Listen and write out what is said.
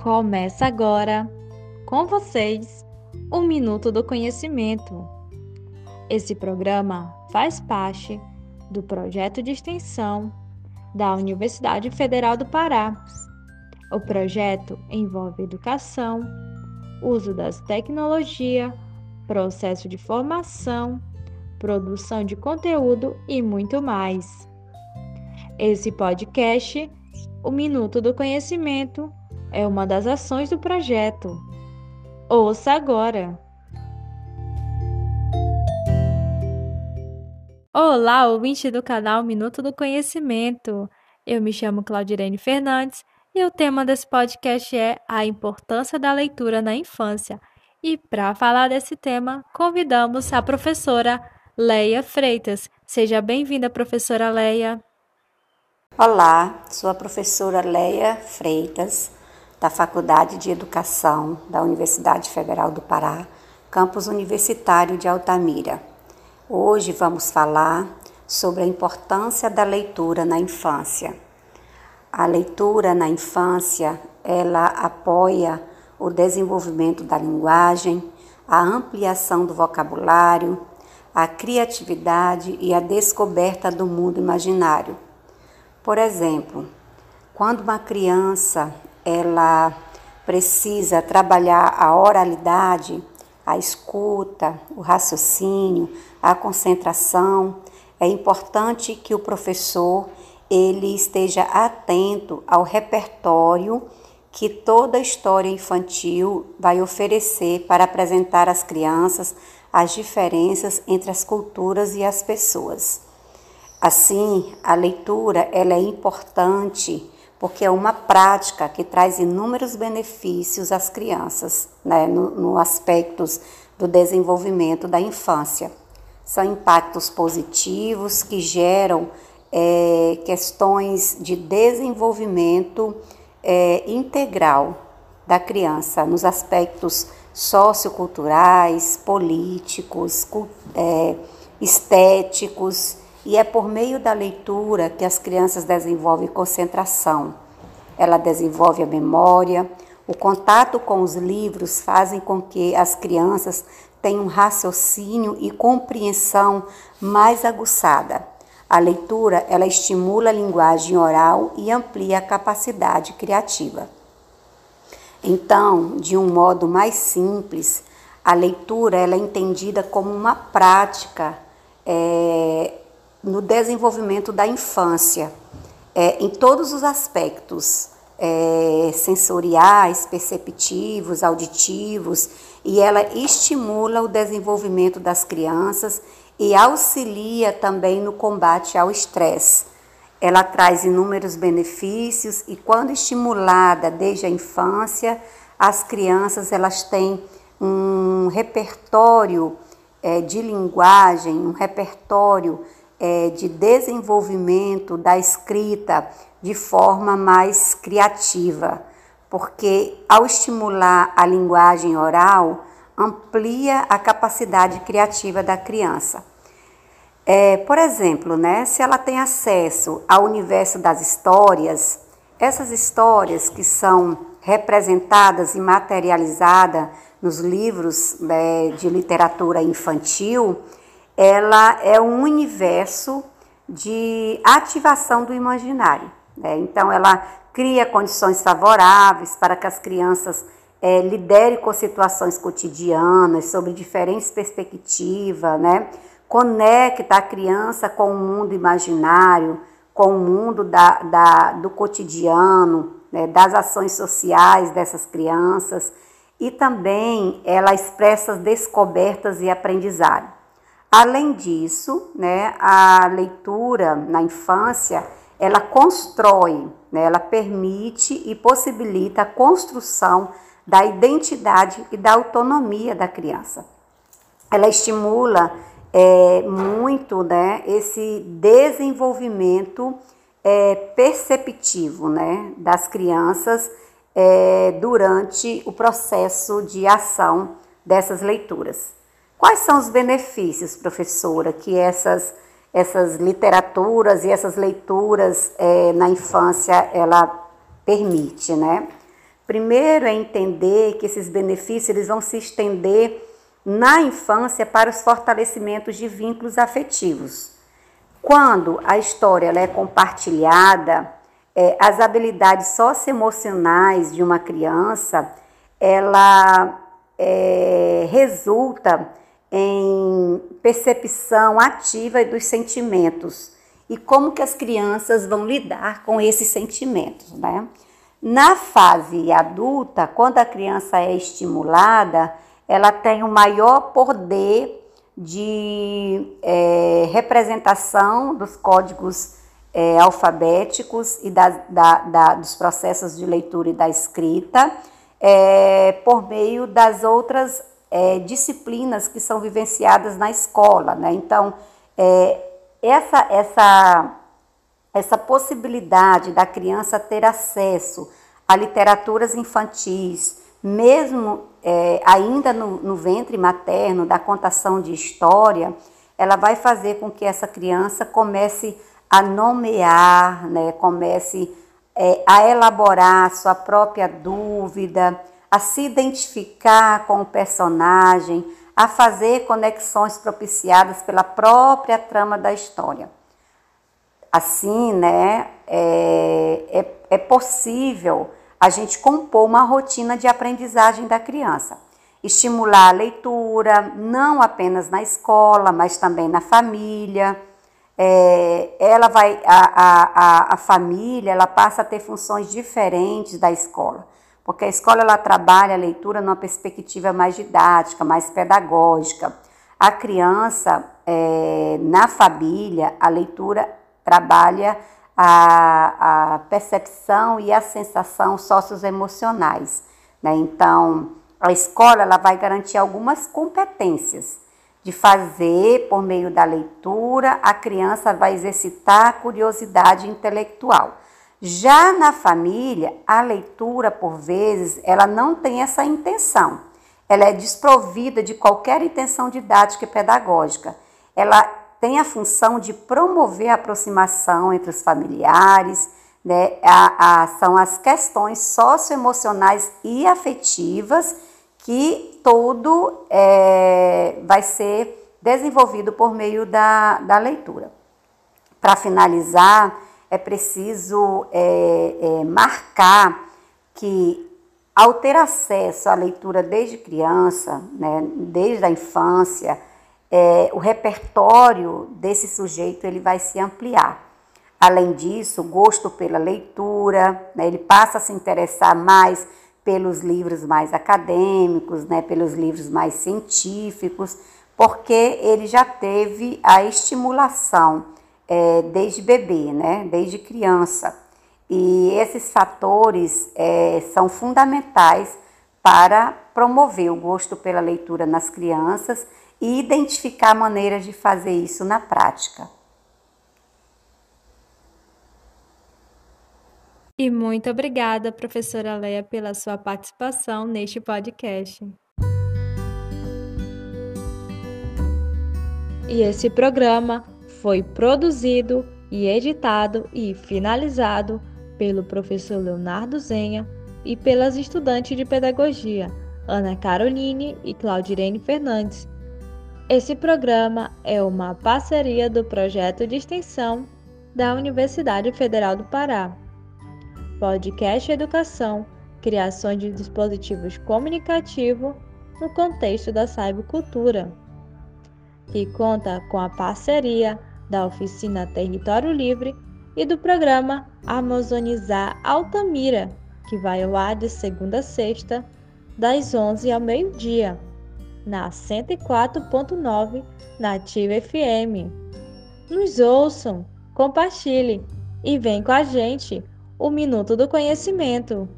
Começa agora, com vocês, o Minuto do Conhecimento. Esse programa faz parte do projeto de extensão da Universidade Federal do Pará. O projeto envolve educação, uso das tecnologias, processo de formação, produção de conteúdo e muito mais. Esse podcast, o Minuto do Conhecimento, é uma das ações do projeto. Ouça agora! Olá, ouvinte do canal Minuto do Conhecimento. Eu me chamo Claudirene Fernandes e o tema desse podcast é a importância da leitura na infância. E para falar desse tema, convidamos a professora Leia Freitas. Seja bem-vinda, professora Leia. Olá, sou a professora Leia Freitas, da Faculdade de Educação da Universidade Federal do Pará, campus universitário de Altamira. Hoje vamos falar sobre a importância da leitura na infância. A leitura na infância, ela apoia o desenvolvimento da linguagem, a ampliação do vocabulário, a criatividade e a descoberta do mundo imaginário. Por exemplo, quando uma criança ela precisa trabalhar a oralidade, a escuta, o raciocínio, a concentração, é importante que o professor ele esteja atento ao repertório que toda história infantil vai oferecer para apresentar às crianças as diferenças entre as culturas e as pessoas. Assim, a leitura ela é importante porque é uma prática que traz inúmeros benefícios às crianças, no aspectos do desenvolvimento da infância. São impactos positivos que geram questões de desenvolvimento integral da criança, nos aspectos socioculturais, políticos, estéticos. E é por meio da leitura que as crianças desenvolvem concentração. Ela desenvolve a memória. O contato com os livros fazem com que as crianças tenham um raciocínio e compreensão mais aguçada. A leitura, ela estimula a linguagem oral e amplia a capacidade criativa. Então, de um modo mais simples, a leitura ela é entendida como uma prática no desenvolvimento da infância, em todos os aspectos sensoriais, perceptivos, auditivos, e ela estimula o desenvolvimento das crianças e auxilia também no combate ao estresse. Ela traz inúmeros benefícios e quando estimulada desde a infância, as crianças elas têm um repertório de linguagem, um repertório de desenvolvimento da escrita de forma mais criativa, porque ao estimular a linguagem oral, amplia a capacidade criativa da criança. Por exemplo, se ela tem acesso ao universo das histórias, essas histórias que são representadas e materializadas nos livros de literatura infantil, ela é um universo de ativação do imaginário. Então, ela cria condições favoráveis para que as crianças liderem com situações cotidianas, sobre diferentes perspectivas, conecta a criança com o mundo imaginário, com o mundo do cotidiano, das ações sociais dessas crianças, e também ela expressa descobertas e aprendizado. Além disso, a leitura na infância, ela constrói, ela permite e possibilita a construção da identidade e da autonomia da criança. Ela estimula muito esse desenvolvimento perceptivo das crianças durante o processo de ação dessas leituras. Quais são os benefícios, professora, que essas literaturas e essas leituras na infância ela permite, Primeiro é entender que esses benefícios eles vão se estender na infância para os fortalecimentos de vínculos afetivos. Quando a história ela é compartilhada, as habilidades socioemocionais de uma criança, ela resulta em percepção ativa dos sentimentos e como que as crianças vão lidar com esses sentimentos, né? Na fase adulta, quando a criança é estimulada, ela tem um maior poder de representação dos códigos alfabéticos e dos processos de leitura e da escrita, por meio das outras disciplinas que são vivenciadas na escola, né? Então, essa possibilidade da criança ter acesso a literaturas infantis, mesmo ainda no ventre materno, da contação de história, ela vai fazer com que essa criança comece a nomear, né, comece a elaborar sua própria dúvida, a se identificar com o personagem, a fazer conexões propiciadas pela própria trama da história. Assim, né, é possível a gente compor uma rotina de aprendizagem da criança. Estimular a leitura, não apenas na escola, mas também na família. A família ela passa a ter funções diferentes da escola, porque a escola ela trabalha a leitura numa perspectiva mais didática, mais pedagógica. A criança, na família, a leitura trabalha a percepção e a sensação socioemocionais, né? Então, a escola ela vai garantir algumas competências de fazer, por meio da leitura, a criança vai exercitar a curiosidade intelectual. Já na família, a leitura, por vezes, ela não tem essa intenção. Ela é desprovida de qualquer intenção didática e pedagógica. Ela tem a função de promover a aproximação entre os familiares, né? São as questões socioemocionais e afetivas que tudo vai ser desenvolvido por meio da leitura. Para finalizar, é preciso marcar que, ao ter acesso à leitura desde criança, né, desde a infância, o repertório desse sujeito ele vai se ampliar. Além disso, o gosto pela leitura, né, ele passa a se interessar mais pelos livros mais acadêmicos, né, pelos livros mais científicos, porque ele já teve a estimulação desde bebê, né, desde criança. E esses fatores são fundamentais para promover o gosto pela leitura nas crianças e identificar maneiras de fazer isso na prática. E muito obrigada, professora Leia, pela sua participação neste podcast. E esse programa foi produzido e editado e finalizado pelo professor Leonardo Zenha e pelas estudantes de pedagogia Ana Caroline e Claudirene Fernandes. Esse programa é uma parceria do projeto de extensão da Universidade Federal do Pará. Podcast Educação, criação de dispositivos comunicativos no contexto da cybercultura, que conta com a parceria da Oficina Território Livre e do programa Amazonizar Altamira, que vai ao ar de segunda a sexta, das 11 ao meio-dia, na 104.9 Nativa FM. Nos ouçam, compartilhem e vem com a gente, o Minuto do Conhecimento.